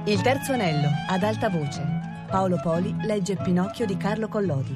Il terzo anello, ad alta voce. Paolo Poli legge Pinocchio di Carlo Collodi.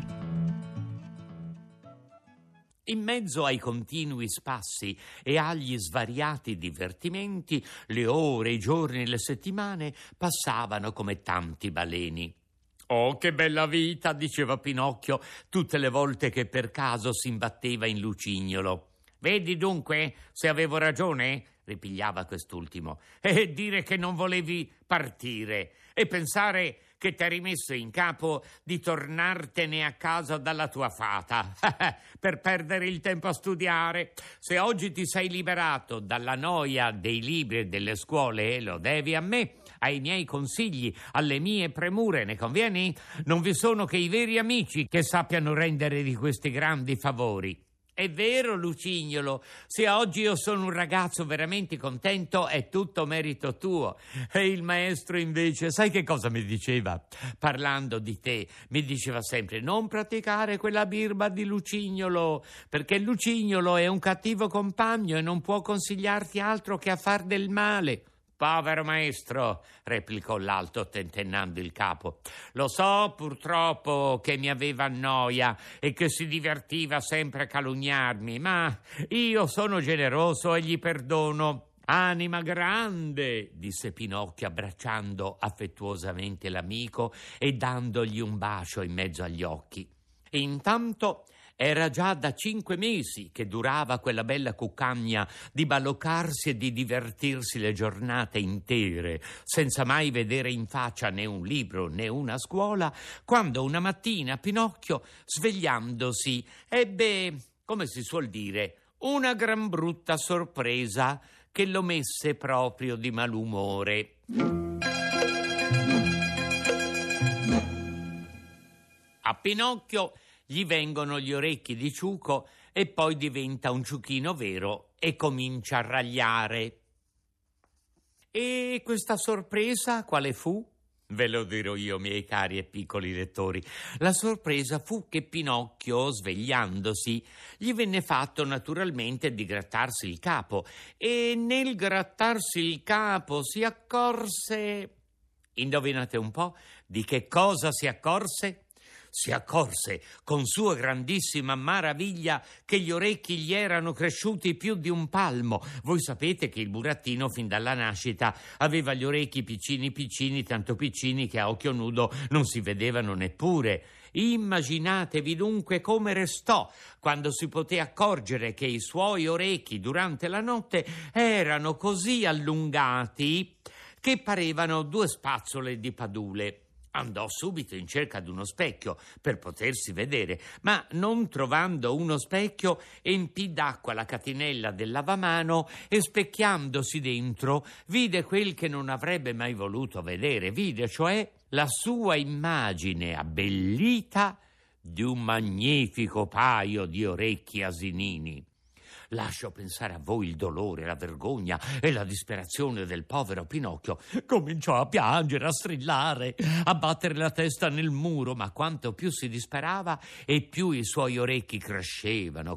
In mezzo ai continui spassi e agli svariati divertimenti, le ore, i giorni e le settimane passavano come tanti baleni. «Oh, che bella vita!» diceva Pinocchio tutte le volte che per caso si imbatteva in Lucignolo. «Vedi dunque se avevo ragione?» ripigliava quest'ultimo. «E dire che non volevi partire e pensare che t'eri messo in capo di tornartene a casa dalla tua fata per perdere il tempo a studiare. Se oggi ti sei liberato dalla noia dei libri e delle scuole, lo devi a me, ai miei consigli, alle mie premure, ne convieni? Non vi sono che i veri amici che sappiano rendere di questi grandi favori. È vero, Lucignolo, se oggi io sono un ragazzo veramente contento è tutto merito tuo. E il maestro invece, sai che cosa mi diceva? Parlando di te, mi diceva sempre: non praticare quella birba di Lucignolo, perché Lucignolo è un cattivo compagno e non può consigliarti altro che a far del male. «Povero maestro», replicò l'altro tentennando il capo. «Lo so purtroppo che mi aveva a noia e che si divertiva sempre a calunniarmi, ma io sono generoso e gli perdono». «Anima grande», disse Pinocchio abbracciando affettuosamente l'amico e dandogli un bacio in mezzo agli occhi. E intanto era già da 5 mesi che durava quella bella cuccagna di balloccarsi e di divertirsi le giornate intere, senza mai vedere in faccia né un libro né una scuola, quando una mattina Pinocchio, svegliandosi, ebbe, come si suol dire, una gran brutta sorpresa che lo messe proprio di malumore. A Pinocchio gli vengono gli orecchi di ciuco e poi diventa un ciuchino vero e comincia a ragliare. E questa sorpresa quale fu? Ve lo dirò io, miei cari e piccoli lettori. La sorpresa fu che Pinocchio, svegliandosi, gli venne fatto naturalmente di grattarsi il capo, e nel grattarsi il capo si accorse... Indovinate un po' di che cosa si accorse? Si accorse con sua grandissima maraviglia che gli orecchi gli erano cresciuti più di un palmo. Voi sapete che il burattino fin dalla nascita aveva gli orecchi piccini, tanto piccini che a occhio nudo non si vedevano neppure. Immaginatevi dunque come restò quando si poté accorgere che i suoi orecchi durante la notte erano così allungati che parevano 2 spazzole di padule. Andò subito in cerca di uno specchio per potersi vedere, ma non trovando uno specchio empì d'acqua la catinella del lavamano e, specchiandosi dentro, vide quel che non avrebbe mai voluto vedere. Vide, cioè, la sua immagine abbellita di un magnifico paio di orecchi asinini. Lascio pensare a voi il dolore, la vergogna e la disperazione del povero Pinocchio. Cominciò a piangere, a strillare, a battere la testa nel muro, ma quanto più si disperava e più i suoi orecchi crescevano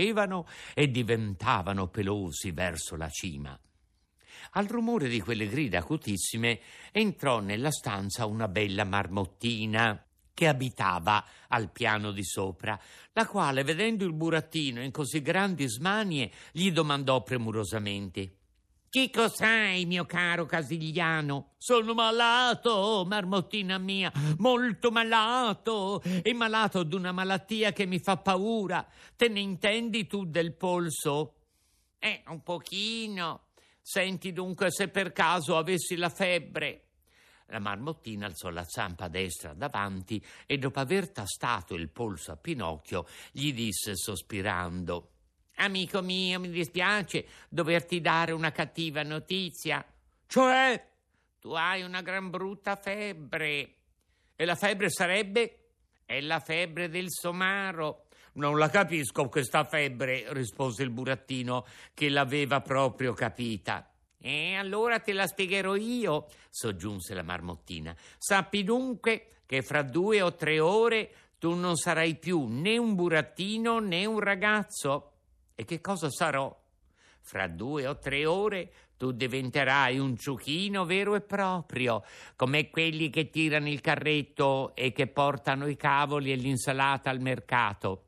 e diventavano pelosi verso la cima. Al rumore di quelle grida acutissime entrò nella stanza una bella marmottina che abitava al piano di sopra, la quale, vedendo il burattino in così grandi smanie, gli domandò premurosamente: «Che cos'hai, mio caro Casigliano?» «Sono malato, marmottina mia, molto malato, e malato d'una malattia che mi fa paura. Te ne intendi tu del polso?» Un pochino. Senti dunque, se per caso avessi la febbre». La marmottina alzò la zampa destra davanti e, dopo aver tastato il polso a Pinocchio, gli disse sospirando: «Amico mio, mi dispiace doverti dare una cattiva notizia». «Cioè?» «Tu hai una gran brutta febbre». «E la febbre sarebbe?» «È la febbre del somaro». «Non la capisco questa febbre», rispose il burattino, che l'aveva proprio capita. Allora te la spiegherò io», soggiunse la marmottina. «Sappi dunque che fra 2 o 3 ore tu non sarai più né un burattino né un ragazzo». «E che cosa sarò?» fra 2 o 3 ore tu diventerai un ciuchino vero e proprio, come quelli che tirano il carretto e che portano i cavoli e l'insalata al mercato.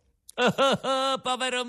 Povero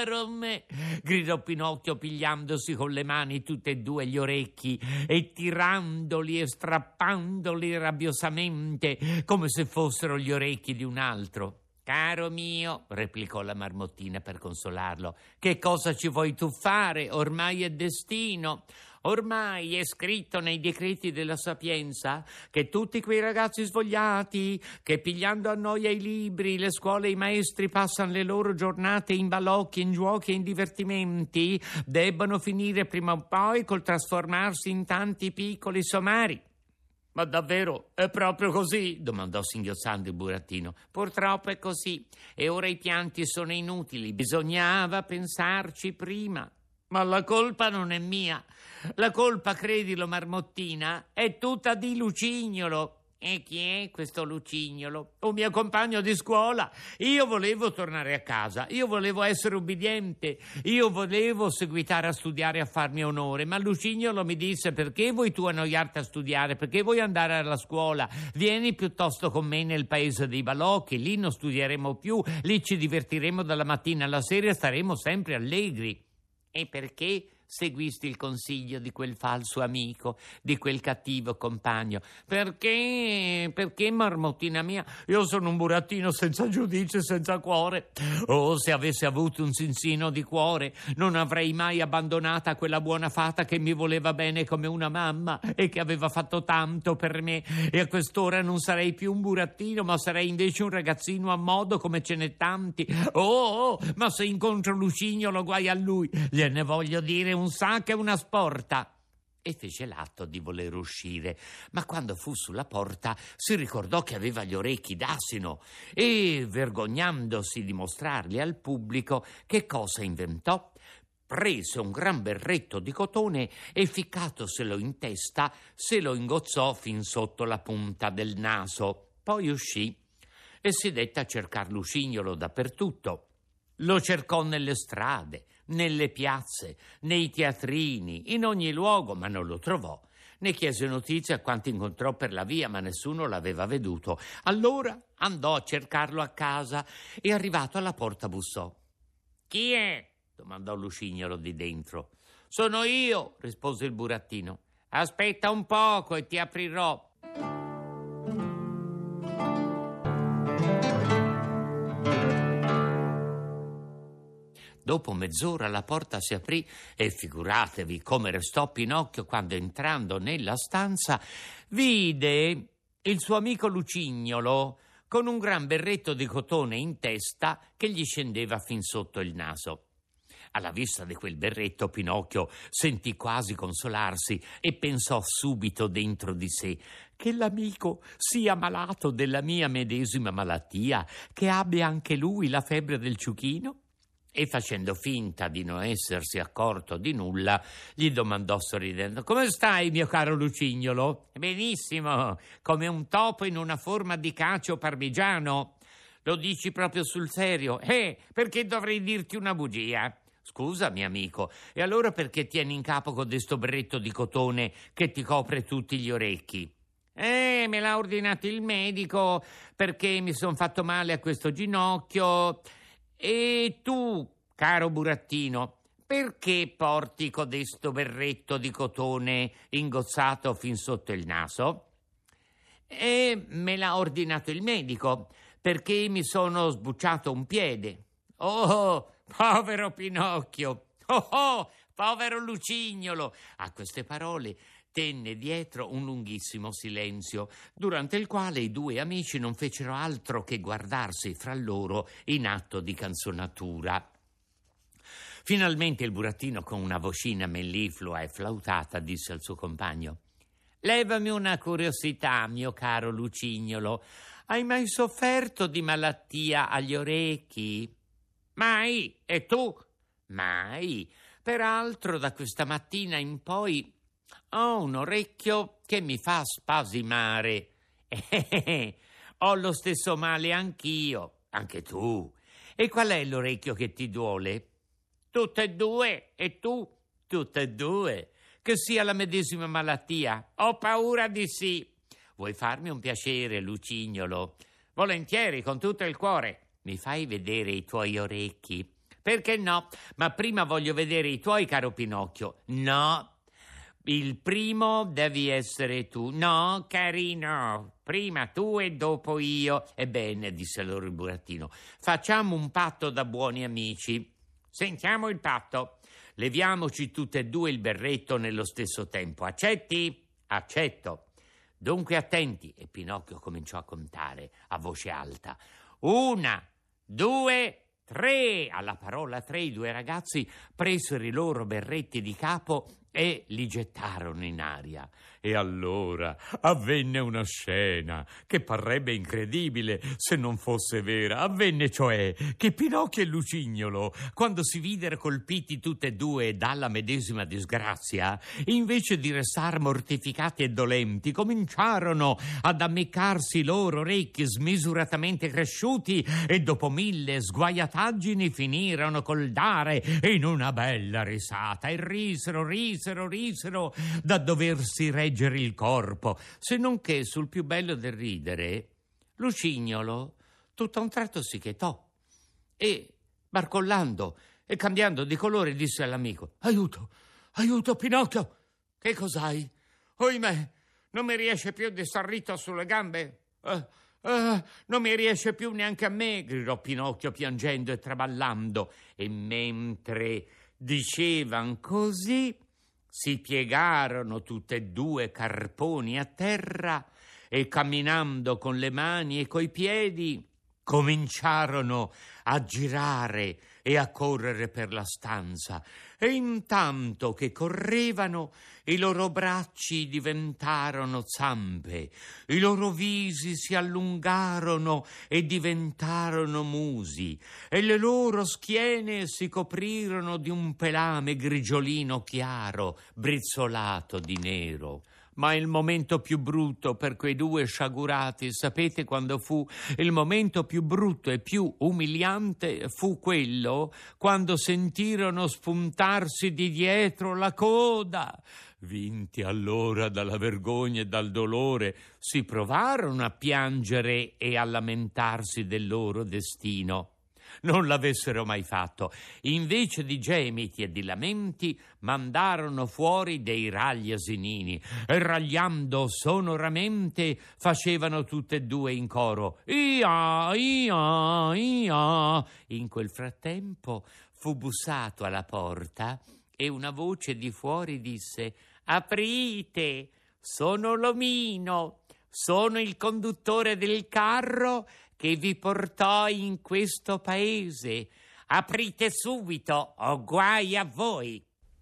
me, gridò Pinocchio pigliandosi con le mani tutte e due gli orecchi e tirandoli e strappandoli rabbiosamente come se fossero gli orecchi di un altro. Caro mio, replicò la marmottina per consolarlo, che cosa ci vuoi tu fare? Ormai è destino. Ormai è scritto nei decreti della Sapienza che tutti quei ragazzi svogliati che pigliando a noia i libri, le scuole e i maestri passano le loro giornate in balocchi, in giochi e in divertimenti debbano finire prima o poi col trasformarsi in tanti piccoli somari. Ma davvero è proprio così? Domandò singhiozzando il burattino. Purtroppo è così e ora i pianti sono inutili, bisognava pensarci prima. Ma la colpa non è mia. La colpa, credilo, marmottina, è tutta di Lucignolo. E chi è questo Lucignolo? Un mio compagno di scuola. Io volevo tornare a casa, io volevo essere ubbidiente, io volevo seguitare a studiare e a farmi onore, ma Lucignolo mi disse: perché vuoi tu annoiarti a studiare? Perché vuoi andare alla scuola? Vieni piuttosto con me nel paese dei balocchi, lì non studieremo più, lì ci divertiremo dalla mattina alla sera e staremo sempre allegri. E perché seguisti il consiglio di quel falso amico, di quel cattivo compagno? Perché, marmottina mia, io sono un burattino senza giudice, senza cuore. Oh, se avessi avuto un sinsino di cuore, non avrei mai abbandonata quella buona fata che mi voleva bene come una mamma e che aveva fatto tanto per me. E a quest'ora non sarei più un burattino, ma sarei invece un ragazzino a modo come ce n'è tanti. Oh, ma se incontro Lucignolo, guai a lui, gliene voglio dire un sacco e una sporta. E fece l'atto di voler uscire, ma quando fu sulla porta si ricordò che aveva gli orecchi d'asino e, vergognandosi di mostrarli al pubblico, che cosa inventò? Prese un gran berretto di cotone e, ficcatoselo in testa, se lo ingozzò fin sotto la punta del naso. Poi uscì e si dette a cercar Lucignolo dappertutto. Lo cercò nelle strade, nelle piazze, nei teatrini, in ogni luogo, ma non lo trovò. Ne chiese notizie a quanti incontrò per la via, ma nessuno l'aveva veduto. Allora andò a cercarlo a casa e, arrivato alla porta, bussò. «Chi è?» domandò Lucignolo di dentro. «Sono io», rispose il burattino. «Aspetta un poco e ti aprirò». Dopo mezz'ora la porta si aprì e figuratevi come restò Pinocchio quando, entrando nella stanza, vide il suo amico Lucignolo con un gran berretto di cotone in testa che gli scendeva fin sotto il naso. Alla vista di quel berretto Pinocchio sentì quasi consolarsi e pensò subito dentro di sé: che l'amico sia malato della mia medesima malattia, che abbia anche lui la febbre del ciuchino? E, facendo finta di non essersi accorto di nulla, gli domandò sorridendo: «Come stai, mio caro Lucignolo?» «Benissimo, come un topo in una forma di cacio parmigiano». «Lo dici proprio sul serio?» Perché dovrei dirti una bugia?» «Scusami, amico, e allora perché tieni in capo codesto berretto di cotone che ti copre tutti gli orecchi?» Me l'ha ordinato il medico perché mi son fatto male a questo ginocchio. E tu, caro burattino, perché porti codesto berretto di cotone ingozzato fin sotto il naso?» «Me l'ha ordinato il medico perché mi sono sbucciato un piede». «Oh, povero Pinocchio! Oh, povero Lucignolo!» A queste parole tenne dietro un lunghissimo silenzio, durante il quale i due amici non fecero altro che guardarsi fra loro in atto di canzonatura. Finalmente il burattino, con una vocina melliflua e flautata, disse al suo compagno: «Levami una curiosità, mio caro Lucignolo. Hai mai sofferto di malattia agli orecchi?» «Mai. E tu?» «Mai. Peraltro da questa mattina in poi ho un orecchio che mi fa spasimare». «Ho lo stesso male anch'io, anche tu. E qual è l'orecchio che ti duole?» «Tutte e due. E tu?» Tutte e due? Che sia la medesima malattia? Ho paura di sì. Vuoi farmi un piacere, Lucignolo? Volentieri, con tutto il cuore. Mi fai vedere i tuoi orecchi? Perché no? Ma prima voglio vedere i tuoi, caro Pinocchio. No. Il primo devi essere tu. No, carino. Prima tu e dopo io. Ebbene, disse allora il burattino, facciamo un patto da buoni amici. Sentiamo il patto. Leviamoci tutte e due il berretto nello stesso tempo. Accetti? Accetto. Dunque attenti. E Pinocchio cominciò a contare a voce alta. 1, 2, 3. Alla parola 3 i due ragazzi presero i loro berretti di capo e li gettarono in aria. E allora avvenne una scena che parrebbe incredibile se non fosse vera. Avvenne cioè che Pinocchio e Lucignolo, quando si videro colpiti tutte e due dalla medesima disgrazia, invece di restar mortificati e dolenti, cominciarono ad ammiccarsi i loro orecchi smisuratamente cresciuti e dopo 1000 sguaiataggini finirono col dare in una bella risata e risero da doversi reggere il corpo, se non che sul più bello del ridere Lucignolo tutto a un tratto si chetò e, barcollando e cambiando di colore, disse all'amico: aiuto Pinocchio! Che cos'hai? Oimè, non mi riesce più di star ritto sulle gambe? Non mi riesce più neanche a me, gridò Pinocchio piangendo e traballando, e mentre dicevan così si piegarono tutte e due carponi a terra e, camminando con le mani e coi piedi, cominciarono a girare e a correre per la stanza, e intanto che correvano i loro bracci diventarono zampe, i loro visi si allungarono e diventarono musi, e le loro schiene si coprirono di un pelame grigiolino chiaro, brizzolato di nero. Ma il momento più brutto per quei due sciagurati, sapete quando fu? Il momento più brutto e più umiliante fu quello quando sentirono spuntarsi di dietro la coda. Vinti allora dalla vergogna e dal dolore, si provarono a piangere e a lamentarsi del loro destino. Non l'avessero mai fatto. Invece di gemiti e di lamenti, mandarono fuori dei ragli asinini e, ragliando sonoramente, facevano tutte e due in coro: ia, ia, ia. In quel frattempo fu bussato alla porta e una voce di fuori disse: aprite, sono l'omino, sono il conduttore del carro che vi portò in questo paese. Aprite subito o guai a voi.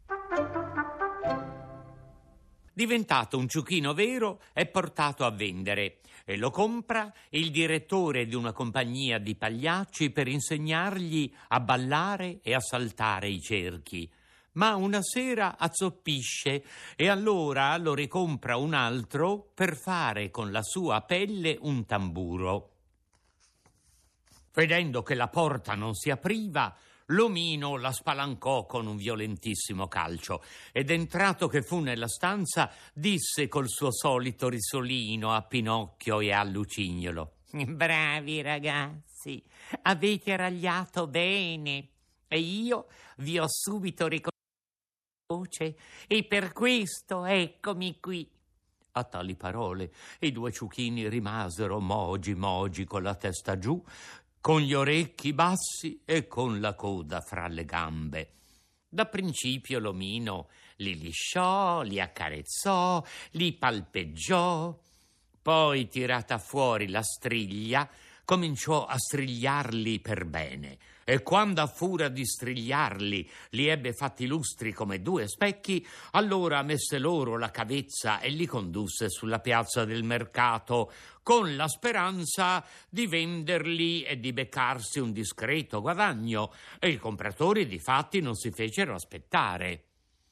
Diventato un ciuchino vero, è portato a vendere e lo compra il direttore di una compagnia di pagliacci per insegnargli a ballare e a saltare i cerchi. Ma una sera azzoppisce e allora lo ricompra un altro per fare con la sua pelle un tamburo. Vedendo che la porta non si apriva, l'omino la spalancò con un violentissimo calcio ed, entrato che fu nella stanza, disse col suo solito risolino a Pinocchio e a Lucignolo: bravi ragazzi, avete ragliato bene e io vi ho subito riconosciuto voce e per questo eccomi qui. A tali parole i due ciuchini rimasero mogi con la testa giù, con gli orecchi bassi e con la coda fra le gambe. Da principio l'omino li lisciò, li accarezzò, li palpeggiò, poi, tirata fuori la striglia, cominciò a strigliarli per bene, e quando a furia di strigliarli li ebbe fatti lustri come due specchi, allora messe loro la cavezza e li condusse sulla piazza del mercato, con la speranza di venderli e di beccarsi un discreto guadagno, e i compratori difatti non si fecero aspettare.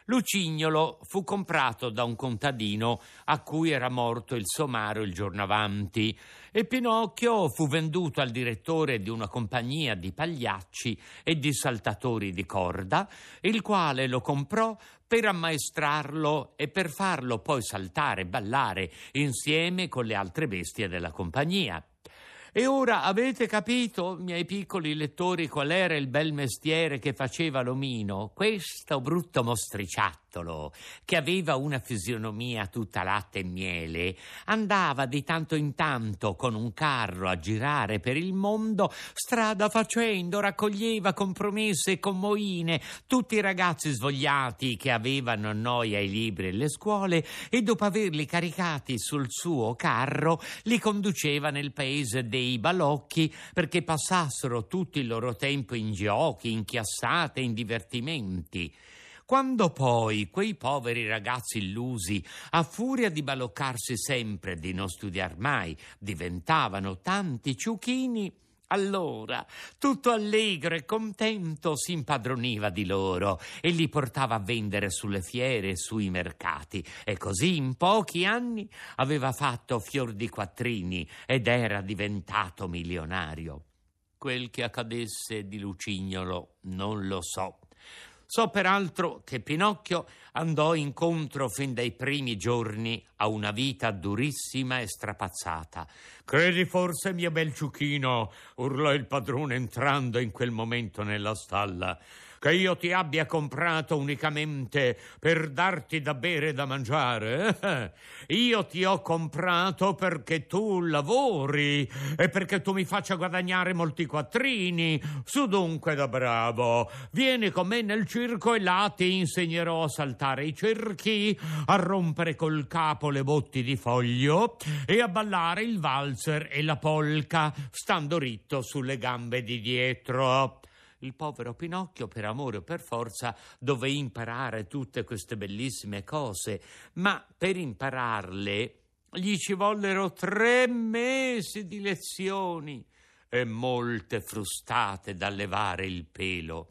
Lucignolo fu comprato da un contadino a cui era morto il somaro il giorno avanti e Pinocchio fu venduto al direttore di una compagnia di pagliacci e di saltatori di corda, il quale lo comprò per ammaestrarlo e per farlo poi saltare e ballare insieme con le altre bestie della compagnia. E ora avete capito, miei piccoli lettori, qual era il bel mestiere che faceva l'omino? Questo brutto mostriciattolo, che aveva una fisionomia tutta latte e miele, andava di tanto in tanto con un carro a girare per il mondo, strada facendo, raccoglieva con promesse e con moine tutti i ragazzi svogliati che avevano noia ai libri e le scuole e dopo averli caricati sul suo carro li conduceva nel paese dei balocchi perché passassero tutto il loro tempo in giochi, in chiassate, in divertimenti. Quando poi quei poveri ragazzi illusi, a furia di baloccarsi sempre e di non studiar mai, diventavano tanti ciuchini, allora, tutto allegro e contento, si impadroniva di loro e li portava a vendere sulle fiere e sui mercati. E così in pochi anni aveva fatto fior di quattrini ed era diventato milionario. Quel che accadesse di Lucignolo non lo so. So peraltro che Pinocchio andò incontro fin dai primi giorni a una vita durissima e strapazzata. «Credi forse, mio bel ciuchino», urlò il padrone entrando in quel momento nella stalla, «che io ti abbia comprato unicamente per darti da bere e da mangiare? Io ti ho comprato perché tu lavori e perché tu mi faccia guadagnare molti quattrini. Su dunque da bravo, vieni con me nel circo e là ti insegnerò a saltare i cerchi, a rompere col capo le botti di foglio e a ballare il valzer e la polka, stando ritto sulle gambe di dietro». Il povero Pinocchio, per amore o per forza, dové imparare tutte queste bellissime cose, ma per impararle gli ci vollero 3 mesi di lezioni e molte frustate da levare il pelo.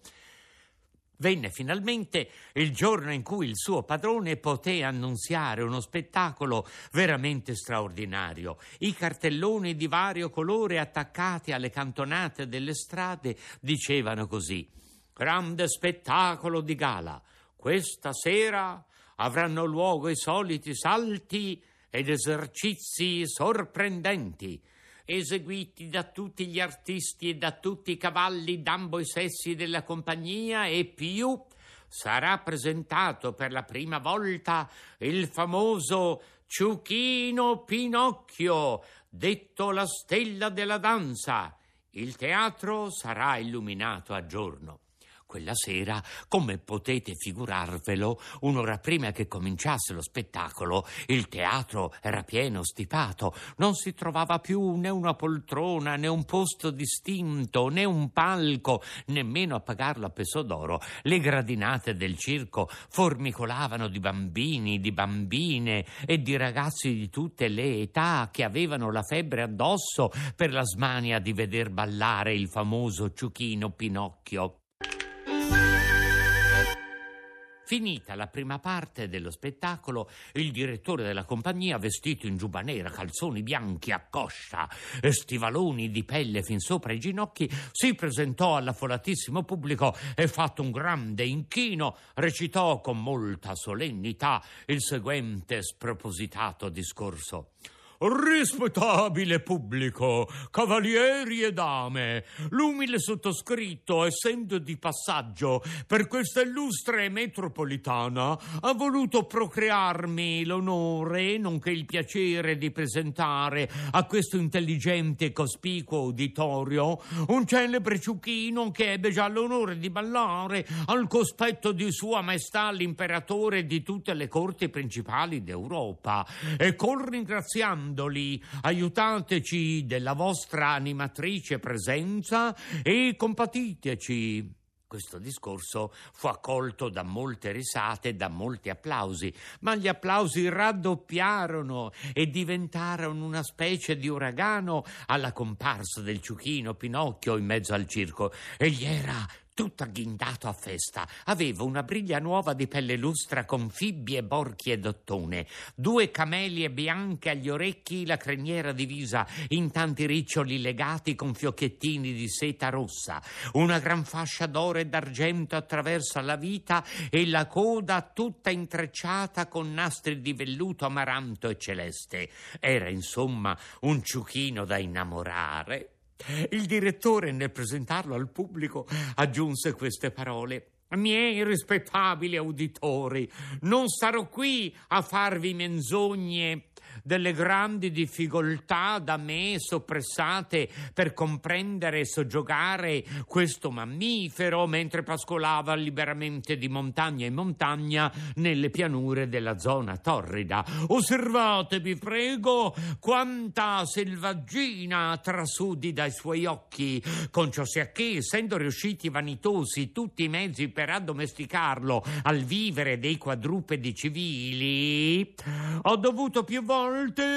Venne finalmente il giorno in cui il suo padrone poté annunziare uno spettacolo veramente straordinario. I cartelloni di vario colore attaccati alle cantonate delle strade dicevano così: «Grande spettacolo di gala. Questa sera avranno luogo i soliti salti ed esercizi sorprendenti, eseguiti da tutti gli artisti e da tutti i cavalli d'ambo i sessi della compagnia e più. Sarà presentato per la prima volta il famoso Ciuchino Pinocchio, detto la stella della danza. Il teatro sarà illuminato a giorno». Quella sera, come potete figurarvelo, un'ora prima che cominciasse lo spettacolo, il teatro era pieno, stipato. Non si trovava più né una poltrona, né un posto distinto, né un palco, nemmeno a pagarlo a peso d'oro. Le gradinate del circo formicolavano di bambini, di bambine e di ragazzi di tutte le età che avevano la febbre addosso per la smania di veder ballare il famoso Ciuchino Pinocchio. Finita la prima parte dello spettacolo, il direttore della compagnia, vestito in giubba nera, calzoni bianchi a coscia e stivaloni di pelle fin sopra i ginocchi, si presentò all'affollatissimo pubblico e, fatto un grande inchino, recitò con molta solennità il seguente spropositato discorso. «Rispettabile pubblico, cavalieri e dame, l'umile sottoscritto, essendo di passaggio per questa illustre metropolitana, ha voluto procrearmi l'onore, nonché il piacere di presentare a questo intelligente e cospicuo uditorio un celebre ciuchino che ebbe già l'onore di ballare al cospetto di Sua Maestà l'imperatore di tutte le corti principali d'Europa, e col ringraziando aiutateci della vostra animatrice presenza e compatiteci». Questo discorso fu accolto da molte risate e da molti applausi, ma gli applausi raddoppiarono e diventarono una specie di uragano alla comparsa del Ciuchino Pinocchio in mezzo al circo. Egli era tutto agghindato a festa. Aveva una briglia nuova di pelle lustra con fibbie, borchi e dottone, 2 camelie bianche agli orecchi, la criniera divisa in tanti riccioli legati con fiocchettini di seta rossa, una gran fascia d'oro e d'argento attraverso la vita e la coda tutta intrecciata con nastri di velluto amaranto e celeste. Era insomma un ciuchino da innamorare. Il direttore, nel presentarlo al pubblico, aggiunse queste parole: «Miei rispettabili uditori, non starò qui a farvi menzogne delle grandi difficoltà da me soppressate per comprendere e soggiogare questo mammifero mentre pascolava liberamente di montagna in montagna nelle pianure della zona torrida. Osservate, vi prego, quanta selvaggina trasudi dai suoi occhi, con ciò sia che, essendo riusciti vanitosi tutti i mezzi per addomesticarlo al vivere dei quadrupedi civili, ho dovuto più volte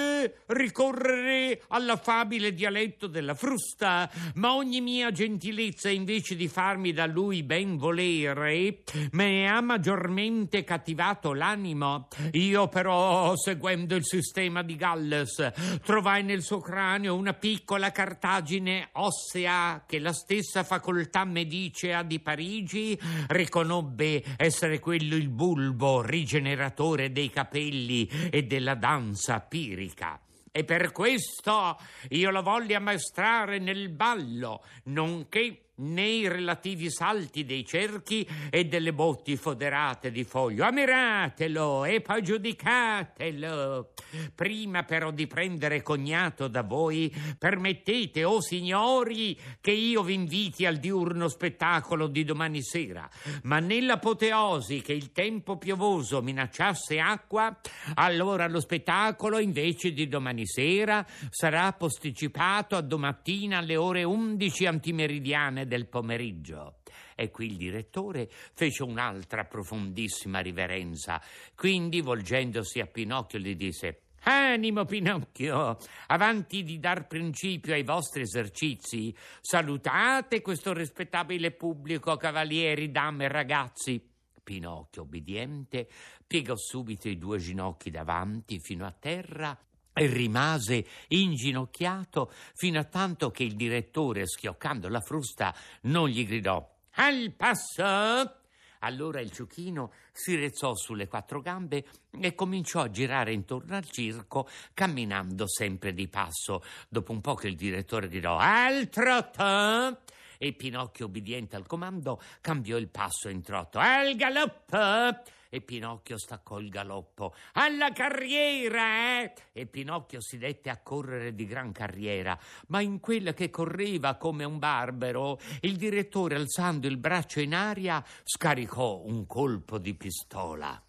ricorrere all'affabile dialetto della frusta, ma ogni mia gentilezza, invece di farmi da lui ben volere, me ha maggiormente cattivato l'animo. Io però, seguendo il sistema di Galles, trovai nel suo cranio una piccola cartagine ossea che la stessa facoltà medicea di Parigi riconobbe essere quello il bulbo rigeneratore dei capelli e della danza pirica. E per questo io lo volli ammaestrare nel ballo, nonché nei relativi salti dei cerchi e delle botti foderate di foglio. Ammiratelo e poi giudicatelo. Prima però di prendere cognato da voi, permettete, o signori, che io vi inviti al diurno spettacolo di domani sera. Ma nell'apoteosi che il tempo piovoso minacciasse acqua, allora lo spettacolo, invece di domani sera, sarà posticipato a domattina alle ore 11 antimeridiane del pomeriggio. E qui il direttore fece un'altra profondissima riverenza. Quindi, volgendosi a Pinocchio, gli disse: «Animo, Pinocchio, avanti di dar principio ai vostri esercizi, salutate questo rispettabile pubblico, cavalieri, dame e ragazzi». Pinocchio, obbediente, piegò subito i 2 ginocchi davanti fino a terra e rimase inginocchiato fino a tanto che il direttore, schioccando la frusta, non gli gridò: «Al passo!». Allora il ciuchino si rezzò sulle 4 gambe e cominciò a girare intorno al circo, camminando sempre di passo. Dopo un po' che il direttore gridò: «Al trotto!», e Pinocchio, obbediente al comando, cambiò il passo in trotto. «Al galoppo!», e Pinocchio staccò il galoppo. «Alla carriera!», e Pinocchio si dette a correre di gran carriera, ma in quella che correva come un barbero, il direttore, alzando il braccio in aria, scaricò un colpo di pistola.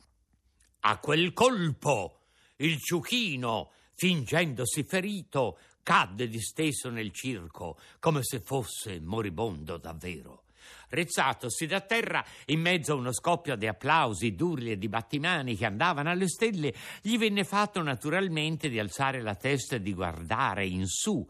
A quel colpo il ciuchino, fingendosi ferito, cadde disteso nel circo come se fosse moribondo davvero. Rizzatosi da terra, in mezzo a uno scoppio di applausi, d'urli e di battimani che andavano alle stelle, gli venne fatto naturalmente di alzare la testa e di guardare in su.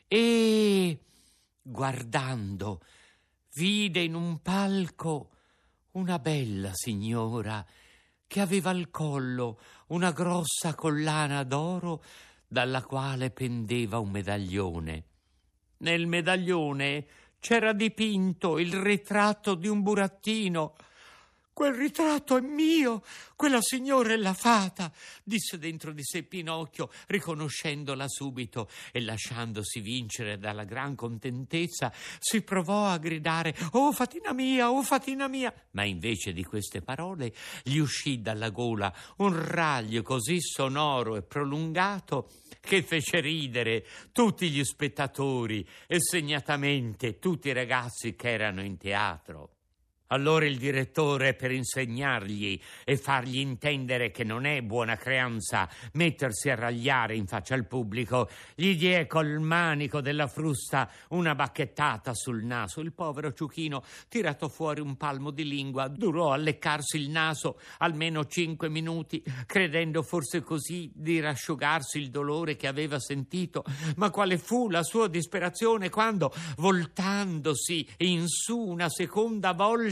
E, guardando, vide in un palco una bella signora che aveva al collo una grossa collana d'oro dalla quale pendeva un medaglione. Nel medaglione c'era dipinto il ritratto di un burattino. «Quel ritratto è mio, quella signora è la fata», disse dentro di sé Pinocchio, riconoscendola subito, e lasciandosi vincere dalla gran contentezza si provò a gridare: «Oh fatina mia, oh fatina mia!». Ma invece di queste parole gli uscì dalla gola un raglio così sonoro e prolungato che fece ridere tutti gli spettatori e segnatamente tutti i ragazzi che erano in teatro. Allora il direttore, per insegnargli e fargli intendere che non è buona creanza mettersi a ragliare in faccia al pubblico, gli diè col manico della frusta una bacchettata sul naso. Il povero ciuchino, tirato fuori un palmo di lingua, durò a leccarsi il naso almeno 5 minuti, credendo forse così di rasciugarsi il dolore che aveva sentito. Ma quale fu la sua disperazione quando, voltandosi in su una seconda volta,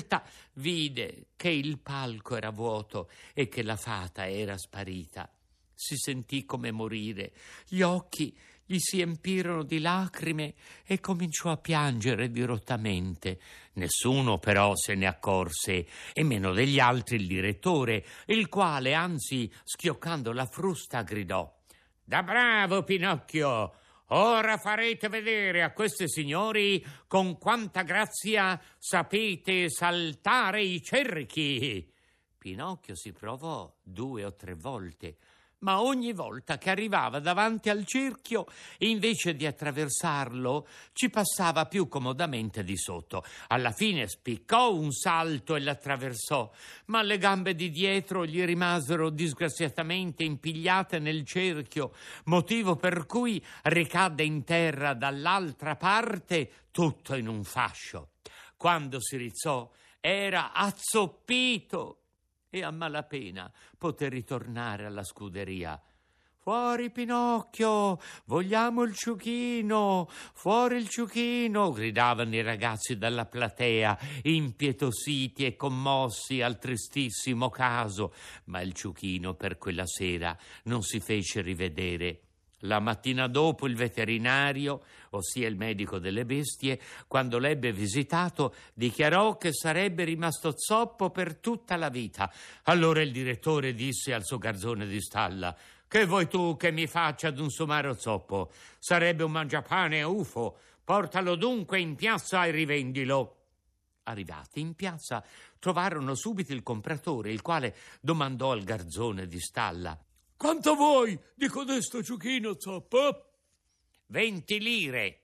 vide che il palco era vuoto e che la fata era sparita. Si sentì come morire, gli occhi gli si empirono di lacrime e cominciò a piangere dirottamente. Nessuno però se ne accorse, e meno degli altri il direttore, il quale, anzi schioccando la frusta, gridò: «Da bravo, Pinocchio! Ora farete vedere a questi signori con quanta grazia sapete saltare i cerchi!» Pinocchio si provò 2 o 3 volte, ma ogni volta che arrivava davanti al cerchio, invece di attraversarlo, ci passava più comodamente di sotto. Alla fine spiccò un salto e l'attraversò, ma le gambe di dietro gli rimasero disgraziatamente impigliate nel cerchio, motivo per cui ricadde in terra dall'altra parte tutto in un fascio. Quando si rizzò era azzoppito e a malapena poté ritornare alla scuderia. «Fuori Pinocchio! Vogliamo il ciuchino! Fuori il ciuchino!» gridavano i ragazzi dalla platea, impietositi e commossi al tristissimo caso. Ma il ciuchino per quella sera non si fece rivedere. La mattina dopo il veterinario, ossia il medico delle bestie, quando l'ebbe visitato, dichiarò che sarebbe rimasto zoppo per tutta la vita. Allora il direttore disse al suo garzone di stalla: «Che vuoi tu che mi faccia d'un somaro zoppo? Sarebbe un mangiapane a ufo. Portalo dunque in piazza e rivendilo». Arrivati in piazza, trovarono subito il compratore, il quale domandò al garzone di stalla: «Quanto vuoi di codesto ciuchino zoppo?» «20 lire.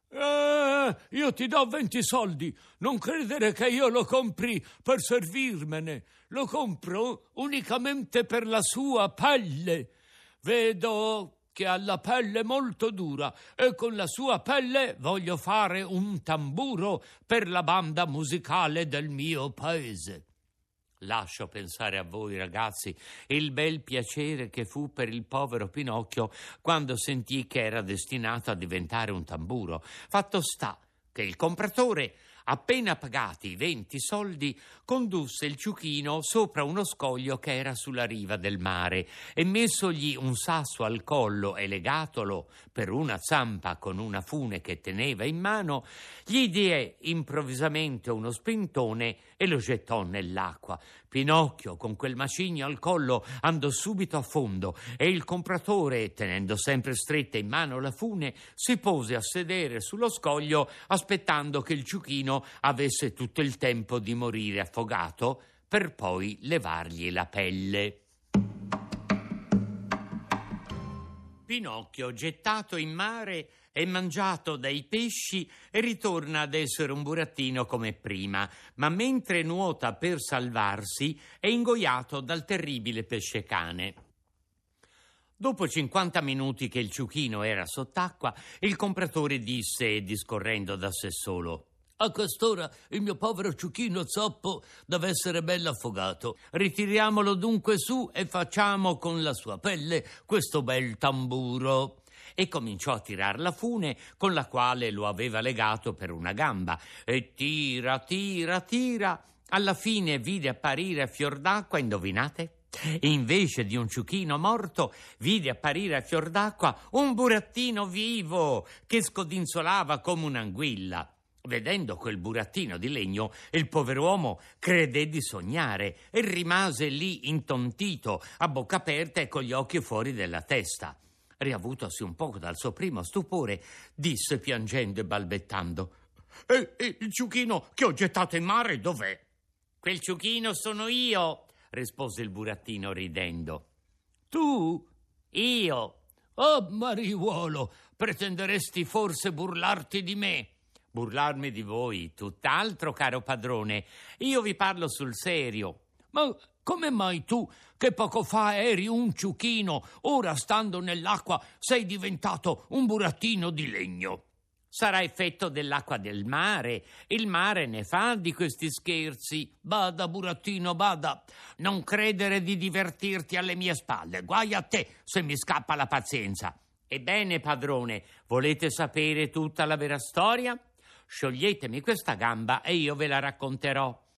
Io ti do 20 soldi. Non credere che io lo compri per servirmene. Lo compro unicamente per la sua pelle. Vedo che ha la pelle molto dura e con la sua pelle voglio fare un tamburo per la banda musicale del mio paese». Lascio pensare a voi, ragazzi, il bel piacere che fu per il povero Pinocchio quando sentì che era destinato a diventare un tamburo. Fatto sta che il compratore, appena pagati i 20 soldi, condusse il ciuchino sopra uno scoglio che era sulla riva del mare e, messogli un sasso al collo e legatolo per una zampa con una fune che teneva in mano, gli diè improvvisamente uno spintone e lo gettò nell'acqua. Pinocchio, con quel macigno al collo, andò subito a fondo e il compratore, tenendo sempre stretta in mano la fune, si pose a sedere sullo scoglio aspettando che il ciuchino avesse tutto il tempo di morire affogato per poi levargli la pelle. Pinocchio, gettato in mare e mangiato dai pesci, ritorna ad essere un burattino come prima, ma mentre nuota per salvarsi è ingoiato dal terribile pesce-cane. Dopo 50 minuti che il ciuchino era sott'acqua, il compratore disse, discorrendo da sé solo: «A quest'ora il mio povero ciuchino zoppo deve essere bello affogato. Ritiriamolo dunque su e facciamo con la sua pelle questo bel tamburo». E cominciò a tirar la fune con la quale lo aveva legato per una gamba. E tira. Alla fine vide apparire a fior d'acqua, indovinate? Invece di un ciuchino morto, vide apparire a fior d'acqua un burattino vivo che scodinzolava come un'anguilla. Vedendo quel burattino di legno, il pover'uomo credé di sognare e rimase lì intontito, a bocca aperta e con gli occhi fuori della testa. Riavutosi un poco dal suo primo stupore, disse piangendo e balbettando: «E il ciuchino che ho gettato in mare dov'è?» «Quel ciuchino sono io», rispose il burattino ridendo. «Tu?» «Io». «Oh, mariuolo, pretenderesti forse burlarti di me? Burlarmi di voi, tutt'altro, caro padrone. Io vi parlo sul serio. Ma come mai tu, che poco fa eri un ciuchino, ora stando nell'acqua sei diventato un burattino di legno? Sarà effetto dell'acqua del mare. Il mare ne fa di questi scherzi. Bada, burattino, bada. Non credere di divertirti alle mie spalle. Guai a te se mi scappa la pazienza. Ebbene, padrone, volete sapere tutta la vera storia? Scioglietemi questa gamba e io ve la racconterò.